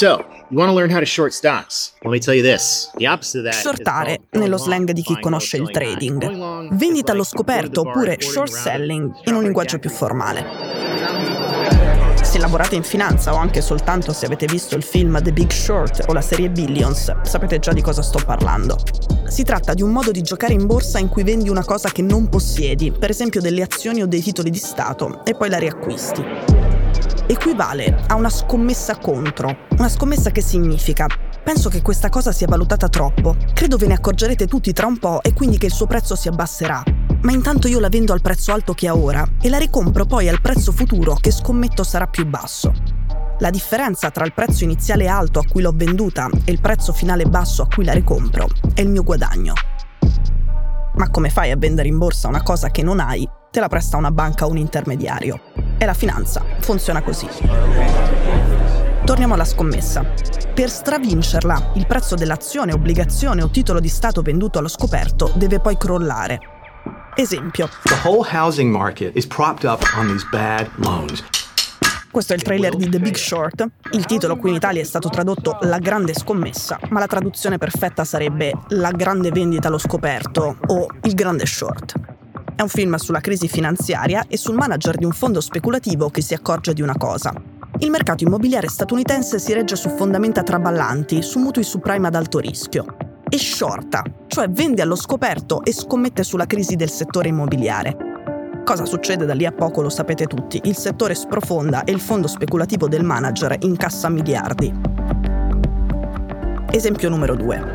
So, you want to learn how to short stocks? Let me tell you this. The opposite of that. Shortare, nello slang di chi conosce il trading. Vendita allo scoperto oppure short selling in un linguaggio più formale. Se lavorate in finanza o anche soltanto se avete visto il film The Big Short o la serie Billions, sapete già di cosa sto parlando. Si tratta di un modo di giocare in borsa in cui vendi una cosa che non possiedi, per esempio delle azioni o dei titoli di Stato, e poi la riacquisti. Equivale a una scommessa contro. Una scommessa che significa: penso che questa cosa sia valutata troppo, credo ve ne accorgerete tutti tra un po' e quindi che il suo prezzo si abbasserà. Ma intanto io la vendo al prezzo alto che ha ora e la ricompro poi al prezzo futuro che scommetto sarà più basso. La differenza tra il prezzo iniziale alto a cui l'ho venduta e il prezzo finale basso a cui la ricompro è il mio guadagno. Ma come fai a vendere in borsa una cosa che non hai? Te la presta una banca o un intermediario. E la finanza funziona così. Torniamo alla scommessa. Per stravincerla, il prezzo dell'azione, obbligazione o titolo di Stato venduto allo scoperto deve poi crollare. Esempio. The whole housing market is propped up on these bad loans. Questo è il trailer di The Big Short. Il titolo qui in Italia è stato tradotto La grande scommessa, ma la traduzione perfetta sarebbe La grande vendita allo scoperto o Il grande short. È un film sulla crisi finanziaria e sul manager di un fondo speculativo che si accorge di una cosa. Il mercato immobiliare statunitense si regge su fondamenta traballanti, su mutui subprime ad alto rischio. E shorta, cioè vende allo scoperto e scommette sulla crisi del settore immobiliare. Cosa succede da lì a poco lo sapete tutti, il settore sprofonda e il fondo speculativo del manager incassa miliardi. Esempio numero 2.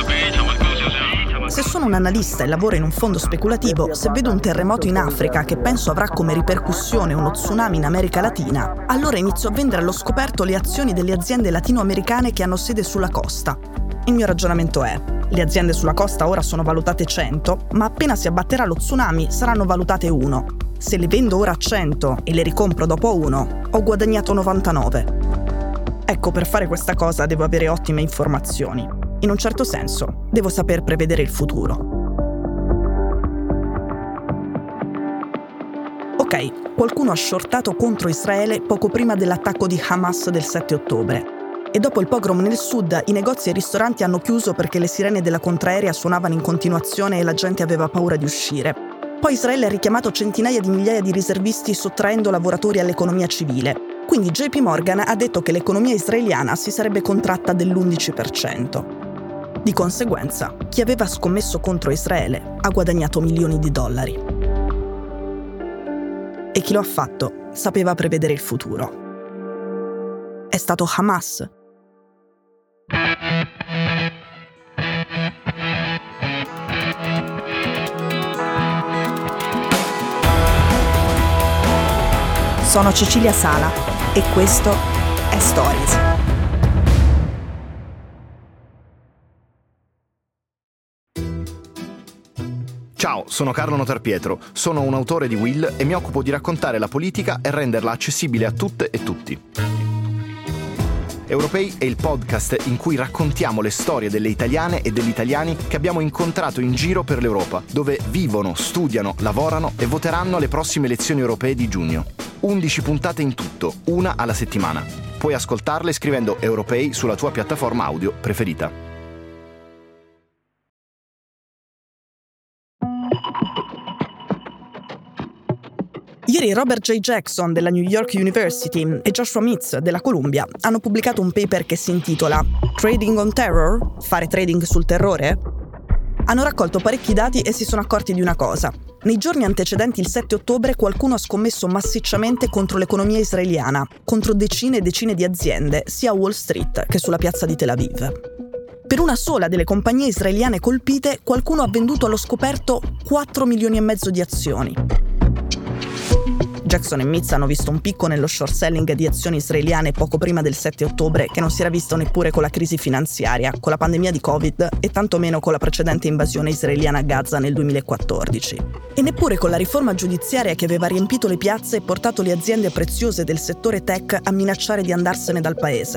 Se sono un analista e lavoro in un fondo speculativo, se vedo un terremoto in Africa che penso avrà come ripercussione uno tsunami in America Latina, allora inizio a vendere allo scoperto le azioni delle aziende latinoamericane che hanno sede sulla costa. Il mio ragionamento è: le aziende sulla costa ora sono valutate 100, ma appena si abbatterà lo tsunami saranno valutate 1. Se le vendo ora a 100 e le ricompro dopo 1, ho guadagnato 99. Ecco, per fare questa cosa devo avere ottime informazioni. In un certo senso, devo saper prevedere il futuro. Ok, qualcuno ha shortato contro Israele poco prima dell'attacco di Hamas del 7 ottobre. E dopo il pogrom nel sud, i negozi e i ristoranti hanno chiuso perché le sirene della contraerea suonavano in continuazione e la gente aveva paura di uscire. Poi Israele ha richiamato centinaia di migliaia di riservisti sottraendo lavoratori all'economia civile. Quindi JP Morgan ha detto che l'economia israeliana si sarebbe contratta dell'11%. Di conseguenza, chi aveva scommesso contro Israele ha guadagnato milioni di dollari. E chi lo ha fatto sapeva prevedere il futuro. È stato Hamas. Sono Cecilia Sala e questo è Stories. Ciao, sono Carlo Notarpietro, sono un autore di Will e mi occupo di raccontare la politica e renderla accessibile a tutte e tutti. Europei è il podcast in cui raccontiamo le storie delle italiane e degli italiani che abbiamo incontrato in giro per l'Europa, dove vivono, studiano, lavorano e voteranno alle prossime elezioni europee di giugno. 11 puntate in tutto, una alla settimana. Puoi ascoltarle scrivendo Europei sulla tua piattaforma audio preferita. Ieri Robert J. Jackson della New York University e Joshua Meeks della Columbia hanno pubblicato un paper che si intitola Trading on Terror? Fare trading sul terrore? Hanno raccolto parecchi dati e si sono accorti di una cosa. Nei giorni antecedenti il 7 ottobre qualcuno ha scommesso massicciamente contro l'economia israeliana, contro decine e decine di aziende, sia a Wall Street che sulla piazza di Tel Aviv. Per una sola delle compagnie israeliane colpite, qualcuno ha venduto allo scoperto 4 milioni e mezzo di azioni. Jackson e Meeks hanno visto un picco nello short selling di azioni israeliane poco prima del 7 ottobre che non si era visto neppure con la crisi finanziaria, con la pandemia di Covid e tantomeno con la precedente invasione israeliana a Gaza nel 2014. E neppure con la riforma giudiziaria che aveva riempito le piazze e portato le aziende preziose del settore tech a minacciare di andarsene dal paese.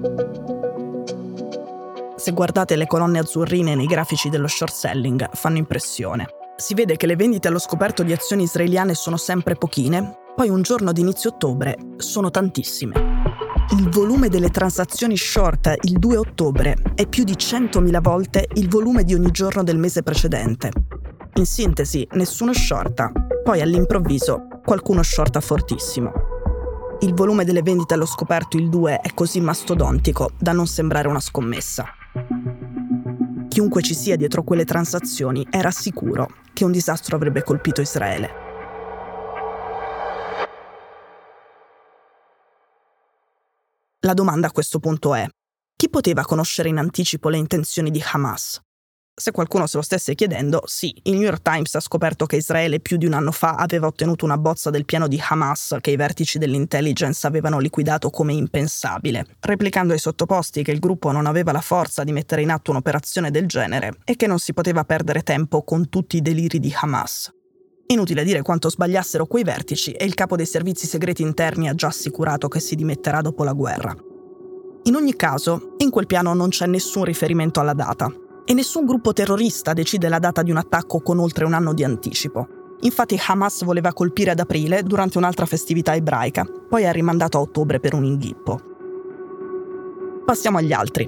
Se guardate le colonne azzurrine nei grafici dello short selling, fanno impressione. Si vede che le vendite allo scoperto di azioni israeliane sono sempre pochine, poi un giorno di inizio ottobre sono tantissime. Il volume delle transazioni short il 2 ottobre è più di 100.000 volte il volume di ogni giorno del mese precedente. In sintesi, nessuno shorta. Poi all'improvviso qualcuno shorta fortissimo. Il volume delle vendite allo scoperto il 2 è così mastodontico da non sembrare una scommessa. Chiunque ci sia dietro quelle transazioni era sicuro che un disastro avrebbe colpito Israele. La domanda a questo punto è: chi poteva conoscere in anticipo le intenzioni di Hamas? Se qualcuno se lo stesse chiedendo, sì, il New York Times ha scoperto che Israele più di un anno fa aveva ottenuto una bozza del piano di Hamas che i vertici dell'intelligence avevano liquidato come impensabile, replicando ai sottoposti che il gruppo non aveva la forza di mettere in atto un'operazione del genere e che non si poteva perdere tempo con tutti i deliri di Hamas. Inutile dire quanto sbagliassero quei vertici e il capo dei servizi segreti interni ha già assicurato che si dimetterà dopo la guerra. In ogni caso, in quel piano non c'è nessun riferimento alla data. E nessun gruppo terrorista decide la data di un attacco con oltre un anno di anticipo. Infatti Hamas voleva colpire ad aprile durante un'altra festività ebraica, poi ha rimandato a ottobre per un inghippo. Passiamo agli altri.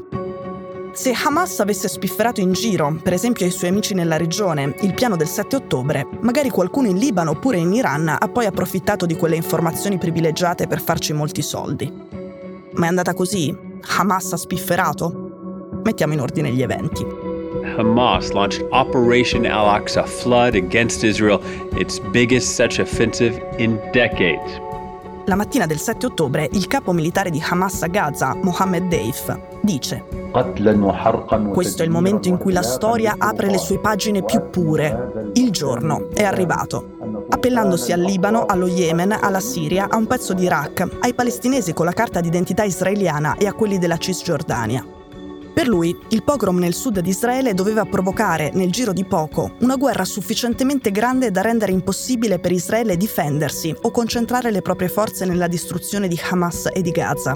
Se Hamas avesse spifferato in giro, per esempio ai suoi amici nella regione, il piano del 7 ottobre, magari qualcuno in Libano oppure in Iran ha poi approfittato di quelle informazioni privilegiate per farci molti soldi. Ma è andata così? Hamas ha spifferato? Mettiamo in ordine gli eventi. Hamas launched Operation Al-Aqsa Flood against Israel, its biggest such offensive in decades. La mattina del 7 ottobre, il capo militare di Hamas a Gaza, Mohammed Deif, dice: questo è il momento in cui la storia apre le sue pagine più pure. Il giorno è arrivato. Appellandosi al Libano, allo Yemen, alla Siria, a un pezzo di Iraq, ai palestinesi con la carta d'identità israeliana e a quelli della Cisgiordania. Per lui, il pogrom nel sud di Israele doveva provocare, nel giro di poco, una guerra sufficientemente grande da rendere impossibile per Israele difendersi o concentrare le proprie forze nella distruzione di Hamas e di Gaza.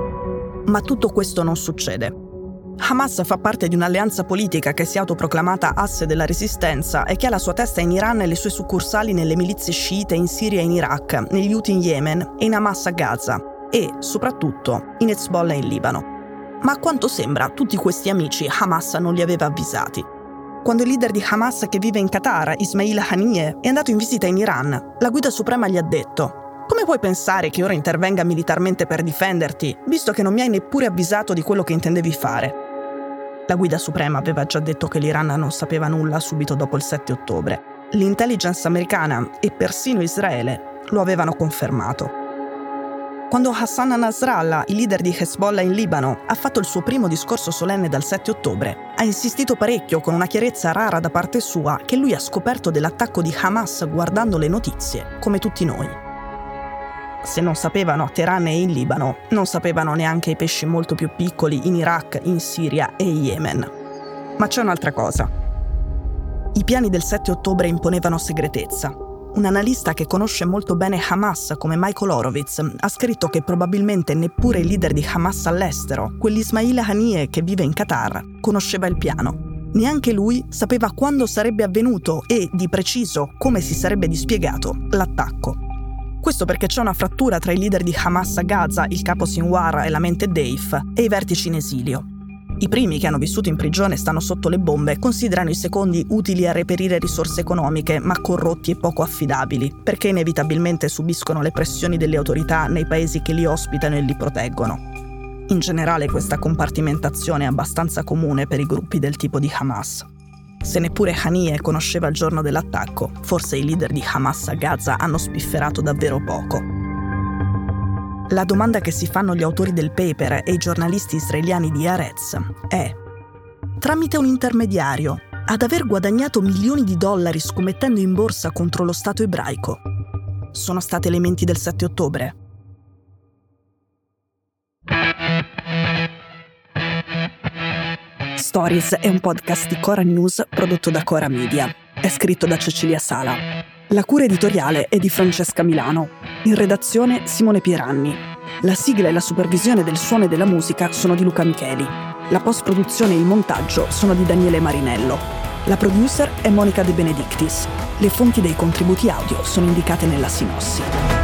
Ma tutto questo non succede. Hamas fa parte di un'alleanza politica che si è autoproclamata asse della resistenza e che ha la sua testa in Iran e le sue succursali nelle milizie sciite in Siria e in Iraq, negli Houthi in Yemen e in Hamas a Gaza e, soprattutto, in Hezbollah in Libano. Ma a quanto sembra, tutti questi amici Hamas non li aveva avvisati. Quando il leader di Hamas che vive in Qatar, Ismail Haniyeh, è andato in visita in Iran, la guida suprema gli ha detto: come puoi pensare che ora intervenga militarmente per difenderti, visto che non mi hai neppure avvisato di quello che intendevi fare? La guida suprema aveva già detto che l'Iran non sapeva nulla subito dopo il 7 ottobre. L'intelligence americana e persino Israele lo avevano confermato. Quando Hassan Nasrallah, il leader di Hezbollah in Libano, ha fatto il suo primo discorso solenne dal 7 ottobre, ha insistito parecchio con una chiarezza rara da parte sua che lui ha scoperto dell'attacco di Hamas guardando le notizie, come tutti noi. Se non sapevano a Teheran e in Libano, non sapevano neanche i pesci molto più piccoli in Iraq, in Siria e in Yemen. Ma c'è un'altra cosa. I piani del 7 ottobre imponevano segretezza. Un analista che conosce molto bene Hamas come Michael Horowitz ha scritto che probabilmente neppure il leader di Hamas all'estero, quell'Ismail Haniyeh che vive in Qatar, conosceva il piano. Neanche lui sapeva quando sarebbe avvenuto e, di preciso, come si sarebbe dispiegato l'attacco. Questo perché c'è una frattura tra i leader di Hamas a Gaza, il capo Sinwar e la mente Deif, e i vertici in esilio. I primi, che hanno vissuto in prigione e stanno sotto le bombe, considerano i secondi utili a reperire risorse economiche, ma corrotti e poco affidabili, perché inevitabilmente subiscono le pressioni delle autorità nei paesi che li ospitano e li proteggono. In generale questa compartimentazione è abbastanza comune per i gruppi del tipo di Hamas. Se neppure Haniyeh conosceva il giorno dell'attacco, forse i leader di Hamas a Gaza hanno spifferato davvero poco. La domanda che si fanno gli autori del paper e i giornalisti israeliani di Haaretz è: tramite un intermediario, ad aver guadagnato milioni di dollari scommettendo in borsa contro lo Stato ebraico, sono state le menti del 7 ottobre? Stories è un podcast di Cora News prodotto da Cora Media. È scritto da Cecilia Sala. La cura editoriale è di Francesca Milano. In redazione Simone Pieranni. La sigla e la supervisione del suono e della musica sono di Luca Micheli. La post-produzione e il montaggio sono di Daniele Marinello. La producer è Monica De Benedictis. Le fonti dei contributi audio sono indicate nella sinossi.